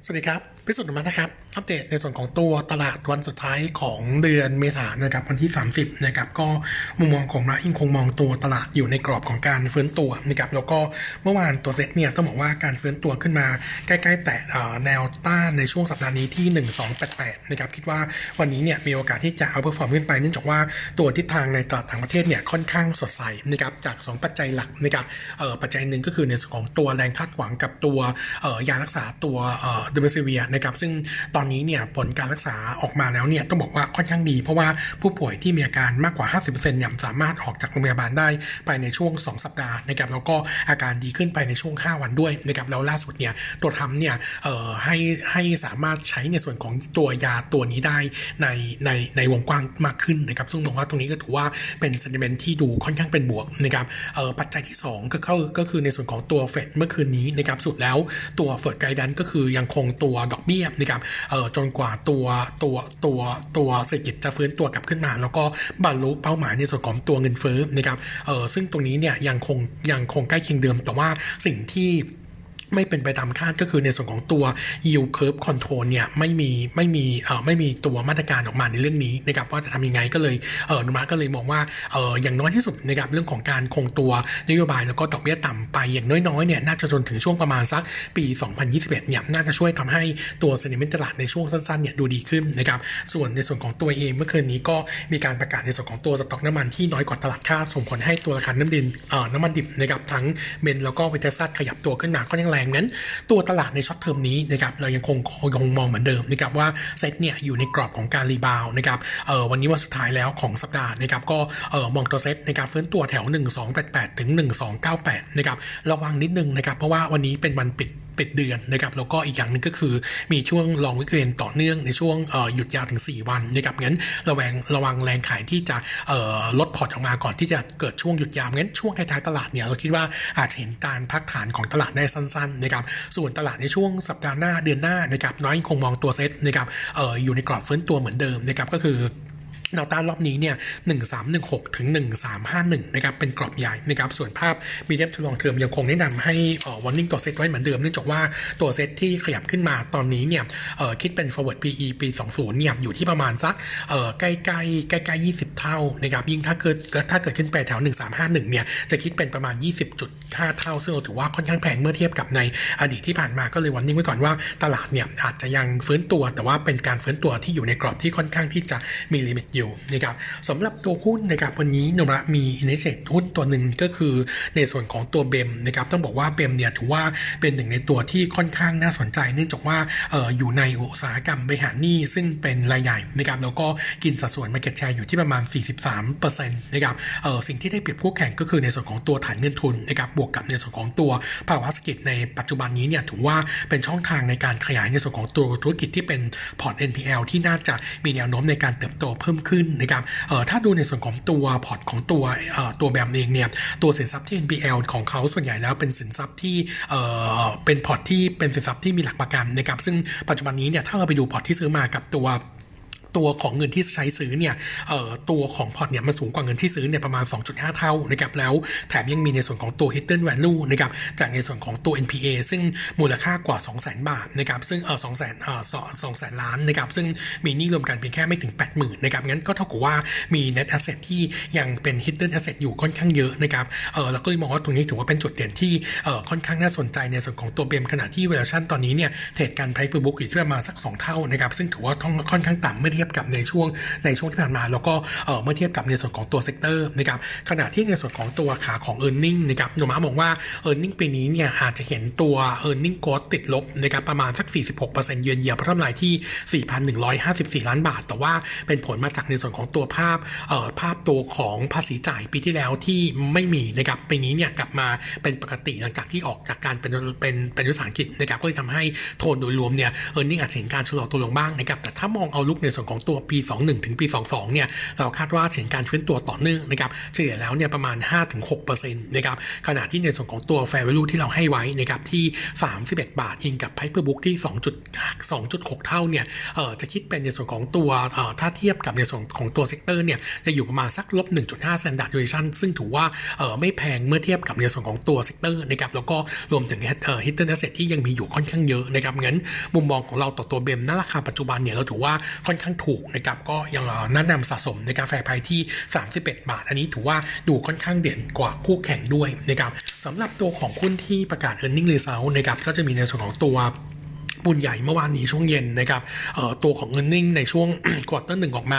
สวัสดีครับพิสุทธิ์นะครับอัปเดตในส่วนของตัวตลาดวันสุดท้ายของเดือนเมษายนนะครับวันที่30นะครับก็มุมมองของเรายังคงมองตัวตลาดอยู่ในกรอบของการฟื้นตัวนะครับแล้วก็เมื่อวานตัวเซ็ตเนี่ยต้องบอกว่าการฟื้นตัวขึ้นมาใกล้ๆแต่แนวต้านในช่วงสัปดาห์นี้ที่1288นะครับคิดว่าวันนี้เนี่ยมีโอกาสที่จะเอาเพอร์ฟอร์มขึ้นไปเนื่องจากว่าตัวทิศทางในตลาดต่างประเทศเนี่ยค่อนข้างสดใสนะครับจาก2ปัจจัยหลักนะครับปัจจัยหนึ่งก็คือในส่วนของตัวแรงคาดหวังกับตัวยารักษาตัวเดมซิเวียนะครับซึ่งตอนนี้เนี่ยผลการรักษาออกมาแล้วเนี่ยต้องบอกว่าค่อนข้างดีเพราะว่าผู้ป่วยที่มีอาการมากกว่า 50% เนี่ยสามารถออกจากโรงพยาบาลได้ภายในช่วง2สัปดาห์นะครับแล้วก็อาการดีขึ้นไปในช่วง5วันด้วยนะครับแล้วล่าสุดเนี่ยตัวทำเนี่ยให้สามารถใช้ในส่วนของตัวยาตัวนี้ได้ในวงกว้างมากขึ้นนะครับซึ่งบอกว่าตรงนี้ก็ถือว่าเป็นเซนติเมนต์ที่ดูค่อนข้างเป็นบวกนะครับปัจจัยที่2ก็คือในส่วนของตัวเฟดเมื่อคืนนี้นะครับสุดแล้วตัวเฟดไกด์แดนก็คือยังคงตัวดอกเบี้ยนะครับจนกว่าตัวเศรษฐกิจจะฟื้นตัวกลับขึ้นมาแล้วก็บรรลุเป้าหมายในส่วนของตัวเงินเฟ้อนะครับซึ่งตรงนี้เนี่ยยังคงใกล้เคียงเดิมแต่ว่าสิ่งที่ไม่เป็นไปตามคาดก็คือในส่วนของตัว yield curve control เนี่ยไม่มีตัวมาตรการออกมาในเรื่องนี้นะครับว่าจะทำยังไงก็เลยนุมาก็เลยมองว่าอย่างน้อยที่สุดนะครับเรื่องของการคงตัวนโยบายแล้วก็ดอกเบี้ยต่ำไปอย่างน้อยๆเนี่ยน่าจะจนถึงช่วงประมาณสักปี2021เนี่ยน่าจะช่วยทำให้ตัว sentiment ตลาดในช่วงสั้นๆเนี่ยดูดีขึ้นนะครับส่วนในส่วนของตัวเองเมื่อคืนนี้ก็มีการประกาศในส่วนของตัวสต็อกน้ำมันที่น้อยกว่าตลาดคาดส่งผลให้ตัวราคาน้ำมันดิบนะครับทั้งเบนแล้วก็เวเทซัสขยับตัวขึ้นมาก็ยังแรงนั้นตัวตลาดในช็อตเทอมนี้นะครับเรายังคงมองเหมือนเดิมนะครับว่าเซ็ตเนี่ยอยู่ในกรอบของการรีบาวนะครับวันนี้วันสุดท้ายแล้วของสัปดาห์นะครับก็มองตัวเซ็ตนะครับฟื้นตัวแถว1288ถึง1298นะครับระวังนิดนึงนะครับเพราะว่าวันนี้เป็นวันปิดเดือนนะครับแล้วก็อีกอย่างนึงก็คือมีช่วงลองวิกเอนต่อเนื่องในช่วงหยุดยาวถึง4วันนะครับงั้นระวังแรงขายที่จะลดพอร์ตออกมาก่อนที่จะเกิดช่วงหยุดยาวงั้นช่วงท้ายๆตลาดเนี่ยเราคิดว่าอาจจะเห็นการพักฐานของตลาดได้สั้นๆนะครับส่วนตลาดในช่วงสัปดาห์หน้าเดือนหน้านะครับน้อยคงมองตัวเซ็ตนะครับอยู่ในกรอบฟื้นตัวเหมือนเดิมนะครับก็คือแนวต้านรอบนี้เนี่ย1316ถึง1351นะครับเป็นกรอบใหญ่นะครับส่วนภาพมีเดียมทูลองเทอมยังคงแนะนำให้warning ตัวเซตไว้เหมือนเดิมเนื่องจากว่าตัวเซตที่ขยับขึ้นมาตอนนี้เนี่ยคิดเป็น forward PE ปี20เนี่ยอยู่ที่ประมาณสักใกล้20เท่านะครับยิ่งถ้าเกิดขึ้นไปแถว1351เนี่ยจะคิดเป็นประมาณ 20.5 เท่าซึ่งเราถือว่าค่อนข้างแพงเมื่อเทียบกับในอดีตที่ผ่านมาก็เลยwarningไว้ก่อนว่าตลาดเนี่ยอาจจะยังฟื้นตัวแต่ว่าเป็นการฟื้นตัวที่อยู่ในกรอบที่ค่อนข้างที่จะมีลิมิตอยู่นะครับสำหรับตัวหุ้นนะครับวันนี้นระมีอินดิเซตหุ้นตัวหนึ่งก็คือในส่วนของตัวเบมนะครับต้องบอกว่าเบมเนี่ยถือว่าเป็นหนึ่งในตัวที่ค่อนข้างน่าสนใจเนื่องจากว่าอยู่ในอุตสาหกรรมบริหารหนี้ซึ่งเป็นรายใหญ่นะครับแล้วก็กินสัดส่วน market share อยู่ที่ประมาณ 43% นะครับสิ่งที่ได้เปรียบคู่แข่งก็คือในส่วนของตัวฐานเงินทุนนะครับบวกกับในส่วนของตัวภาวะเศรษฐกิจในปัจจุบันนี้เนี่ยถือว่าเป็นช่องทางในการขยายในส่วนของตัวธุรกิจที่เป็นพอร์ต NPL ที่น่าจะมีแนวโน้มในการเติบโตเพิ่มขึ้นนะครับถ้าดูในส่วนของตัวพอร์ตของตัวแบมเองเนี่ยตัวสินทรัพย์ที่ NPL ของเขาส่วนใหญ่แล้วเป็นสินทรัพย์ที่เป็นพอร์ตที่เป็นสินทรัพย์ที่มีหลักประกันนะครับซึ่งปัจจุบันนี้เนี่ยถ้าเราไปดูพอร์ตที่ซื้อมากับตัวของเงินที่ใช้ซื้อเนี่ยตัวของพอร์ตเนี่ยมันสูงกว่าเงินที่ซื้อเนี่ยประมาณ 2.5 เท่านะครับแล้วแถมยังมีในส่วนของตัว hidden value นะครับจากในส่วนของตัว NPA ซึ่งมูลค่ากว่า 200,000 บาทนะครับซึ่ง200,000 ล้านนะครับซึ่งมีหนี้รวมกันเพียงแค่ไม่ถึง 80,000 นะครับงั้นก็เท่ากับว่ามี net asset ที่ยังเป็น hidden asset อยู่ค่อนข้างเยอะนะครับเราก็เลยมองว่าตรงนี้ถือว่าเป็นจุดเด่นที่ค่อนข้างน่าสนใจในส่วนของตัวเบมขณะที่ valuation ตอนนี้เนี่ยเทรดกัน price per book อยู่ที่ประมาณสัก2เท่านะครับซึ่งถือว่าค่อนข้างต่ำเมื่อเทียบกับในช่วงที่ผ่านมาแล้วก็เมื่อเทียบกับในส่วนของตัวเซกเตอร์นะครับขณะที่ในส่วนของตัวขาของ earning นะครับหนูมามองว่า earning ปีนี้เนี่ยอาจจะเห็นตัว earning growth ติดลบนะครับประมาณสัก 46% เยือนเยียบทำลายที่ 4,154 ล้านบาทแต่ว่าเป็นผลมาจากในส่วนของตัวภาพตัวของภาษีจ่ายปีที่แล้วที่ไม่มีนะครับปีนี้เนี่ยกลับมาเป็นปกติหลังจากที่ออกจากการเป็นวิสาหกิจนะครับก็เลยทำให้โทนโดยรวมเนี่ย earning อาจจะเห็นการชะลอตัวลงบ้างนะครับแต่ถ้ามองเอาลุกในส่วนของของตัวปี21ถึงปี22เนี่ยเราคาดว่าเห็นการฟื้นตัวต่อเนื่องนะครับเฉลี่ยแล้วเนี่ยประมาณ 5-6% นะครับขณะที่ในส่วนของตัว fair value ที่เราให้ไว้นะครับที่31 บาทอิงกับ price per book ที่ 2.6 เท่าเนี่ยจะคิดเป็นในส่วนของตัวถ้าเทียบกับในส่วนของตัวเซกเตอร์เนี่ยจะอยู่ประมาณสักลบ 1.5 standard deviation ซึ่งถือว่าไม่แพงเมื่อเทียบกับในส่วนของตัวเซกเตอร์นะครับแล้วก็รวมถึงhidden asset ที่ยังมีอยู่ค่อนข้างเยอะนะครับงั้นมุมมองของเราต่อตัวเบมณราคาปัจจุบันเนี่ยเราถือว่าค่อนข้างถูกนะครับก็ยังแนะนำสะสมในกาแฟไพที่31 บาทอันนี้ถือว่าดูค่อนข้างเด่นกว่าคู่แข่งด้วยนะครับสำหรับตัวของหุ้นที่ประกาศ earning result นะครับก็จะมีในส่วนของตัวบุญใหญ่เมื่อวานนี้ช่วงเย็นนะครับตัวของ earning ในช่วง ควอเตอร์1ออกมา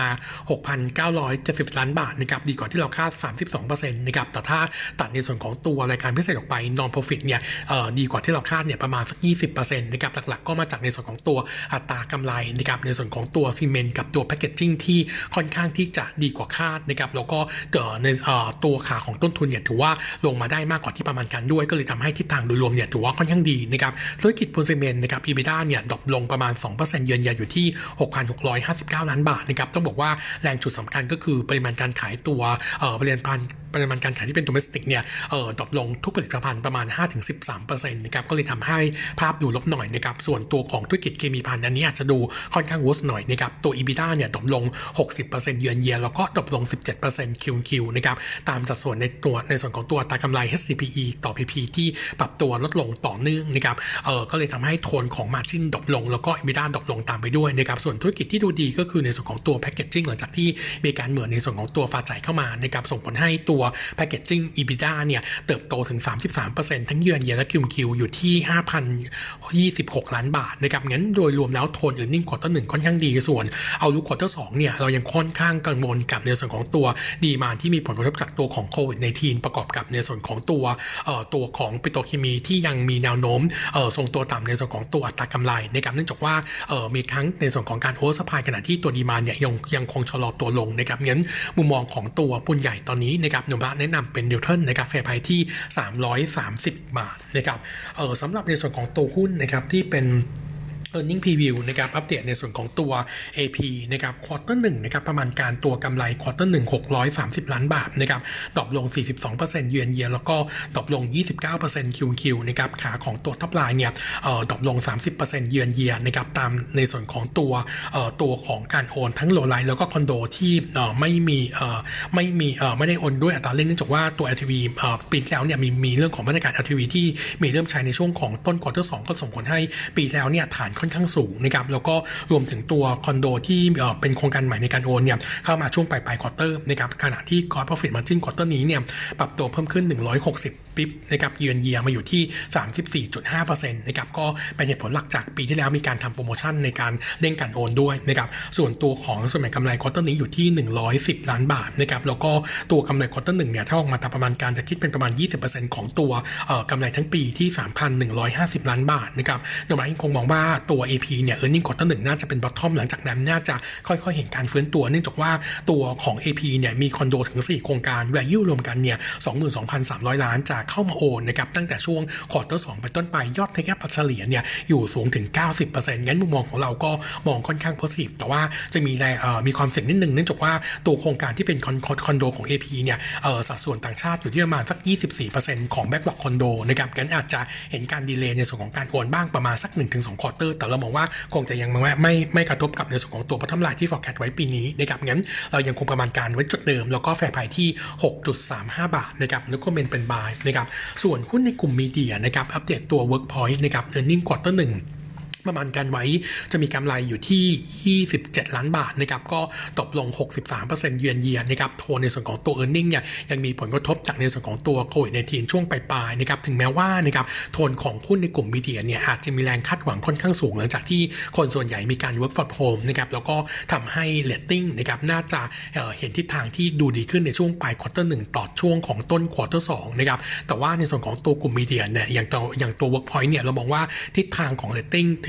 6,970 ล้านบาทนะครับดีกว่าที่เราคาด 32% นะครับแต่ถ้าตัดในส่วนของตัวรายการพิเศษออกไป non profit เนี่ยดีกว่าที่เราคาดเนี่ยประมาณสัก 20% นะครับหลักๆก็มาจากในส่วนของตัวอัตรากำไรนะครับในส่วนของตัวซีเมนต์กับตัวแพคเกจจิ้งที่ค่อนข้างที่จะดีกว่าคาดนะครับแล้วก็ในตัวขาของต้นทุนเนี่ยถือว่าลงมาได้มากกว่าที่ประมาณการด้วยก็เลยทำให้ทิศทางโดยรวมเนี่ยถือว่าค่อนข้างดีนะครับธุรกิจปูนซีเมนต์นะครับ EBITDAเนี่ยดรอปลงประมาณ 2% เยือนเยียอยู่ที่ 6,659 ล้านบาทนะครับต้องบอกว่าแรงจุดสำคัญก็คือปริมาณการขายตัวปริมาณการขายที่เป็น domestic เนี่ยดรอปลงทุกผลิตภัณฑ์ประมาณ 5-13% นะครับก็เลยทำให้ภาพดูลบหน่อยนะครับส่วนตัวของธุรกิจเคมีภัณฑ์อันนี้อาจจะดูค่อนข้าง worse หน่อยนะครับตัว EBITDA เนี่ยดรอปลง 60% เยือนเยียแล้วก็ดรอปลง 17% QQ นะครับตามสัดส่วนในส่วนของตัวอัตรากำไร HDPE ต่อ PP ที่ปรับตัวลดลงต่อเนื่องนะครับก็เลยทำให้โทนของ margin ดรอปลงแล้วก็ EBITDA ดรอปลงตามไปด้วยนะครับส่วนธุรกิจที่ดูดีก็คือในส่วนของตัว packaging หลังจากที่มีการเหมือนในส่วนของตัวฝากจ่ายเข้ามานะครับส่งผลให้ตัว packaging EBITDA เนี่ยเติบโตถึง 33% ทั้งเยือนเยียและ QQ อยู่ที่ 5,026 ล้านบาทนะครับงั้นโดยรวมแล้วโทน earning quarter 1ค่อนข้างดีส่วนเอาลุก quarter 2เนี่ยเรายังค่อนข้างกังวลกับในส่วนของตัวดีมานด์ที่มีผลกระทบจากตัวของโควิด-19 ประกอบกับในส่วนของตัวของปิโตรเคมีที่ยังมีแนวโน้มทรงตัวต่ำในส่วนของตัวอัตรากำไรนะครับเนื่องจากว่ามีครั้งในส่วนของการโอเวอร์ซัพพลายขณะที่ตัวดีมานด์เนี่ยยังคงชะลอตัวลงนะครับงั้นมุมมองของตัวหุ้นใหญ่ตอนนี้นะครับหนุ่มแนะนำเป็นนิวเทิลนะครับแฟร์ไพรซ์ที่330 บาทนะครับสำหรับในส่วนของตัวหุ้นนะครับที่เป็น earning preview นะครับอัปเดตในส่วนของตัว AP นะครับควอเตอร์1นะครับประมาณการตัวกำไรควอเตอร์1 630 ล้านบาทนะครับดรอปลง 42% เยือนเยียแล้วก็ดรอปลง 29% QQ นะครับขาของตัวท็อปไลน์เนี่ยดรอปลง 30% เยือนเยียนะครับตามในส่วนของตัวของการโอนทั้งโลไลท์แล้วก็คอนโดที่ไม่ได้โอนด้วยอัตราเร่งเนื่องจากว่าตัว LTV ปีที่แล้วเนี่ยมีเรื่องของมาตรการ LTV ที่มีเริ่มใช้ในช่วงของต้นควอเตอร์2ก็ส่งผลให้ปีแล้วเนี่ยฐานค่อนข้างสูงนะครับแล้วก็รวมถึงตัวคอนโดที่เป็นโครงการใหม่ในการโอนเนี่ยเข้ามาช่วงปลายควอเตอร์นะครับขณะที่ Gross Profit Margin ควอเตอร์นี้เนี่ยปรับตัวเพิ่มขึ้น160ปิ๊บนะครับเยือนเยียมาอยู่ที่ 34.5% นะครับก็เป็นเหตุผลหลักจากปีที่แล้วมีการทำโปรโมชั่นในการเร่งการโอนด้วยนะครับส่วนตัวของส่วนแบ่งกำไรควอเตอร์นี้อยู่ที่110 ล้านบาทนะครับแล้วก็ตัวกำไรควอเตอร์1เนี่ยถ้าออกมาตามประมาณการจะคิดเป็นประมาณ 20% ของตัวกำไรทั้งปีที่ 3,150 ล้านบาทนะครับโดยคงมองว่าตัว AP เนี่ย earning quarter 1น่าจะเป็น bottom หลังจากนั้นน่าจะค่อยๆเห็นการฟื้นตัวเนื่องจากว่าตัวของ AP เนี่ยมีคอนโดถึง4โครงการ value รวมกันเนี่ย 22,300 ล้านจากเข้ามาโอนนะครับตั้งแต่ช่วงควอเตอร์2ไปต้นไปยอด take up เฉลี่ยเนี่ยอยู่สูงถึง 90% งั้นมุมมองของเราก็มองค่อนข้าง positive แต่ว่าจะมีความเสี่ยงนิดนึงเนื่องจากว่าตัวโครงการที่เป็นคอนโดของ AP เนี่ยสัดส่วนต่างชาติอยู่ที่ประมาณสัก 24% ของ backlog คอนโดนะครับงั้นอาจจะเห็นการดีเลย์ในส่วนของการโอนบ้างประมาณสัก 1-2 ควอเตอร์แต่เรามองว่าคงจะยังไม่กระทบกับในส่วนของตัว bottom line ที่ forecast ไว้ปีนี้นะครับงั้นเรายังคงประมาณการไว้จุดเดิมแล้วก็แฟร์ไพรซ์ที่ 6.35 บาทนะครับแล้วก็เป็น buy นะครับส่วนหุ้นในกลุ่มมีเดียนะครับอัปเดตตัว Workpoint นะครับ earning quarter 1ประมาณการไว้จะมีกำไรอยู่ที่27ล้านบาทนะครับก็ตกลง 63% เยือนเยียนะครับโทนในส่วนของตัว earning เนี่ยยังมีผลกระทบจากในส่วนของตัวโควิด-19 ช่วงปลายๆนะครับถึงแม้ว่านะครับโทนของหุ้นในกลุ่มมีเดียเนี่ยอาจจะมีแรงคาดหวังค่อนข้างสูงหลังจากที่คนส่วนใหญ่มีการ work from home นะครับแล้วก็ทำให้ rating นะครับน่าจะเห็นทิศทางที่ดูดีขึ้นในช่วงปลาย quarter 1ต่อช่วงของต้น quarter 2นะครับแต่ว่าในส่วนของตัวกลุ่มมีเดียเนี่ยอย่างตัว workpoint เนี่ยเรามองว่าทิศทางของ rating ถึง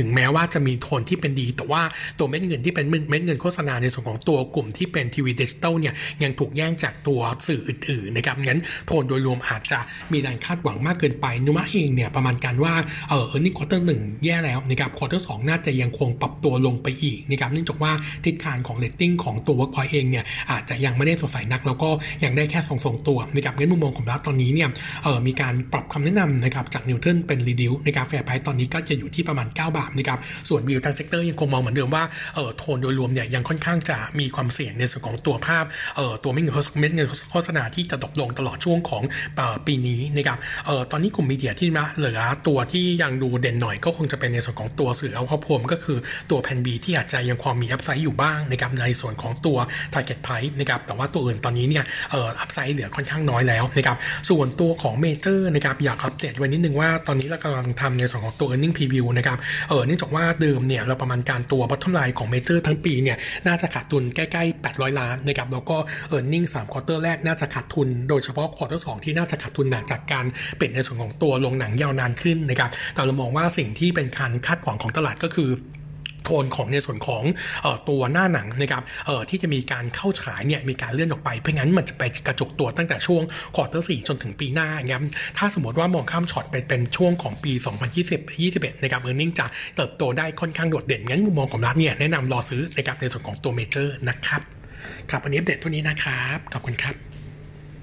งแม้ว่าจะมีโทนที่เป็นดีแต่ว่าตัวเม็ดเงินที่เป็นเม็ดเงินโฆษณาในส่วนของตัวกลุ่มที่เป็นทีวีดิจิตอลเนี่ยยังถูกแย่งจากตัวสื่ออื่นๆนะครับงั้นโทนโดยรวมอาจจะมีแรงคาดหวังมากเกินไปนุมะเองเนี่ยประมาณการว่าearning quarter 1แย่แล้วนะครับ quarter 2น่าจะยังคงปรับตัวลงไปอีกนะครับเนื่องจากว่าทิศทางของเรตติ้งของตัว Workpoint เองเนี่ยอาจจะยังไม่ได้สดใสนักแล้วก็ยังได้แค่ทรงๆตัวนะครับงั้นมุมมองของรัฐตอนนี้เนี่ยมีการปรับคำแนะนำนะครับจากนิวเทิลเป็นรีดิวนะครับแฟร์ไพรซ์ตอนนี้ก็จะอยู่ที่ประมาณ9 บาทนะครับส่วนวิวทางเซกเตอร์ยังคงมองเหมือนเดิมว่าโทนโดยรวมเนี่ยยังค่อนข้างจะมีความเสี่ยงในส่วนของตัวภาพตัวเม็ดเงินโฆษณาที่จะตกลงตลอดช่วงของปีนี้นะครับตอนนี้กลุ่มมีเดียที่เหลือตัวที่ยังดูเด่นหน่อยก็คงจะเป็นในส่วนของตัวสื่อเอาครอบครัวก็คือตัวแพนบีที่อาจจะยังความมีอัพไซด์อยู่บ้างนะครับในส่วนของตัว target price นะครับแต่ว่าตัวอื่นตอนนี้เนี่ยอัพไซด์เหลือค่อนข้างน้อยแล้วนะครับส่วนตัวของเมเจอร์นะครับอยากอัปเดตไว้นิดนึงว่าตอนนี้เรากำลังทำในส่วนของตัว earning preview นะครับเนื่องจากว่าเดิมเนี่ยเราประมาณการตัว bottom line ของเมเจอร์ทั้งปีเนี่ยน่าจะขาดทุนใกล้ๆ800 ล้านนะครับแล้วก็ earning 3 quarter แรกน่าจะขาดทุนโดยเฉพาะ quarter 2ที่น่าจะขาดทุนหนักจากการเปลี่ยนในส่วนของตัวลงหนังยาวนานขึ้นนะครับแต่เรามองว่าสิ่งที่เป็นการคาดหวังของตลาดก็คือโทนของในส่วนของตัวหน้าหนังนะครับที่จะมีการเข้าฉายเนี่ยมีการเลื่อนออกไปเพราะงั้นมันจะไปกระจุกตัวตั้งแต่ช่วงควอเตอร์ 4จนถึงปีหน้างั้นถ้าสมมติว่ามองข้ามช็อตไปเป็นช่วงของปี2020-21นะครับearning จะเติบโตได้ค่อนข้างโดดเด่นงั้นมุมมองของรัฐเนี่ยแนะนำรอซื้อนะครับในส่วนของตัวเมเจอร์นะครับครับวันนี้อัปเดตตัวนี้นะครับขอบคุณครับ